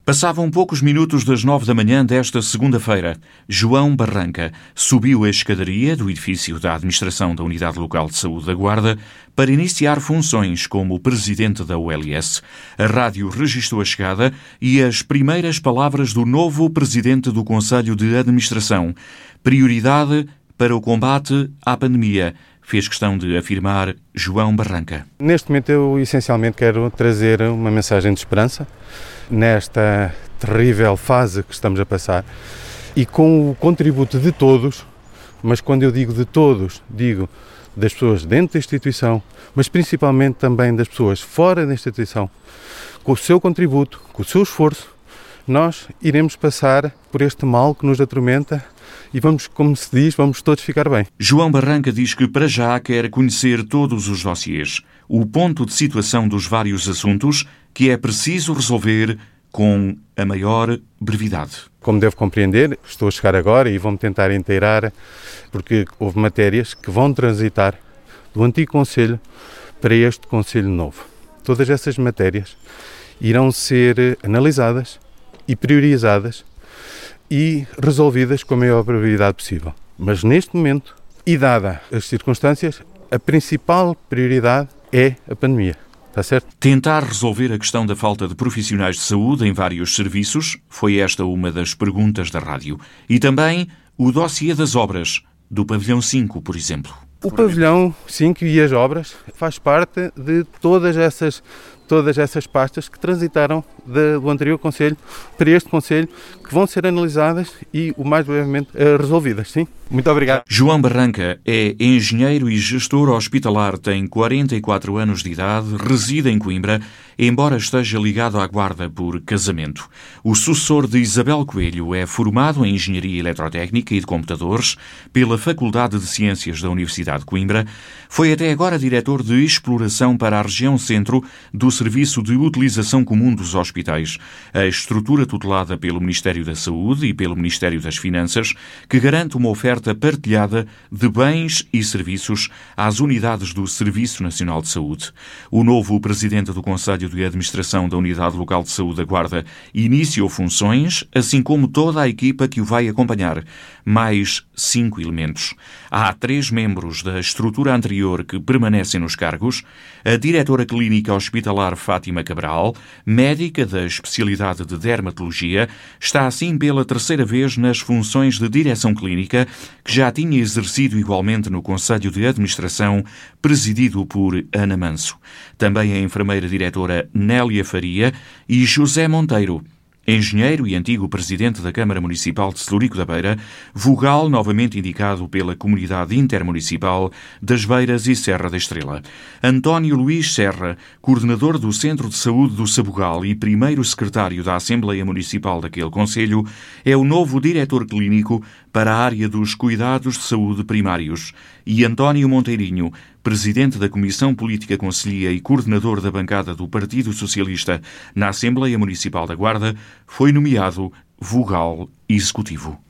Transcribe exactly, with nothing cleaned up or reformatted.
Passavam poucos minutos das nove da manhã desta segunda-feira. João Barranca subiu a escadaria do edifício da Administração da Unidade Local de Saúde da Guarda para iniciar funções como presidente da U L S. A rádio registrou a chegada e as primeiras palavras do novo presidente do Conselho de Administração. Prioridade para o combate à pandemia, fez questão de afirmar João Barranca. Neste momento eu essencialmente quero trazer uma mensagem de esperança nesta terrível fase que estamos a passar e com o contributo de todos, mas quando eu digo de todos, digo das pessoas dentro da instituição, mas principalmente também das pessoas fora da instituição, com o seu contributo, com o seu esforço, nós iremos passar por este mal que nos atormenta e vamos, como se diz, vamos todos ficar bem. João Barranca diz que para já quer conhecer todos os dossiês, o ponto de situação dos vários assuntos que é preciso resolver com a maior brevidade. Como devo compreender, estou a chegar agora e vou-me tentar inteirar, porque houve matérias que vão transitar do antigo Conselho para este Conselho novo. Todas essas matérias irão ser analisadas e priorizadas e resolvidas com a maior brevidade possível. Mas neste momento, e dada as circunstâncias, a principal prioridade é a pandemia. Está certo? Tentar resolver a questão da falta de profissionais de saúde em vários serviços foi esta uma das perguntas da rádio. E também o dossiê das obras, do pavilhão cinco, por exemplo. O pavilhão cinco e as obras faz parte de todas essas, todas essas pastas que transitaram de, do anterior Conselho para este Conselho, que vão ser analisadas e o mais brevemente resolvidas. Sim? Muito obrigado. João Barranca é engenheiro e gestor hospitalar, tem quarenta e quatro anos de idade, reside em Coimbra, embora esteja ligado à Guarda por casamento. O sucessor de Isabel Coelho é formado em Engenharia Eletrotécnica e de Computadores pela Faculdade de Ciências da Universidade de Coimbra. Foi até agora diretor de exploração para a região centro do Serviço de Utilização Comum dos Hospitais, a estrutura tutelada pelo Ministério da Saúde e pelo Ministério das Finanças, que garante uma oferta partilhada de bens e serviços às unidades do Serviço Nacional de Saúde. O novo presidente do Conselho de Administração da Unidade Local de Saúde da Guarda iniciou funções, assim como toda a equipa que o vai acompanhar. Mais cinco elementos. Há três membros da estrutura anterior que permanecem nos cargos: a diretora clínica hospitalar Fátima Cabral, médica da especialidade de dermatologia, está assim pela terceira vez nas funções de direção clínica, que já tinha exercido igualmente no Conselho de Administração, presidido por Ana Manso. Também a enfermeira diretora Nélia Faria e José Monteiro, engenheiro e antigo presidente da Câmara Municipal de Celurico da Beira, vogal novamente indicado pela Comunidade Intermunicipal das Beiras e Serra da Estrela. António Luís Serra, coordenador do Centro de Saúde do Sabugal e primeiro secretário da Assembleia Municipal daquele concelho, é o novo diretor clínico para a área dos cuidados de saúde primários. E António Monteirinho, presidente da Comissão Política Conselhia e coordenador da bancada do Partido Socialista na Assembleia Municipal da Guarda, foi nomeado vogal executivo.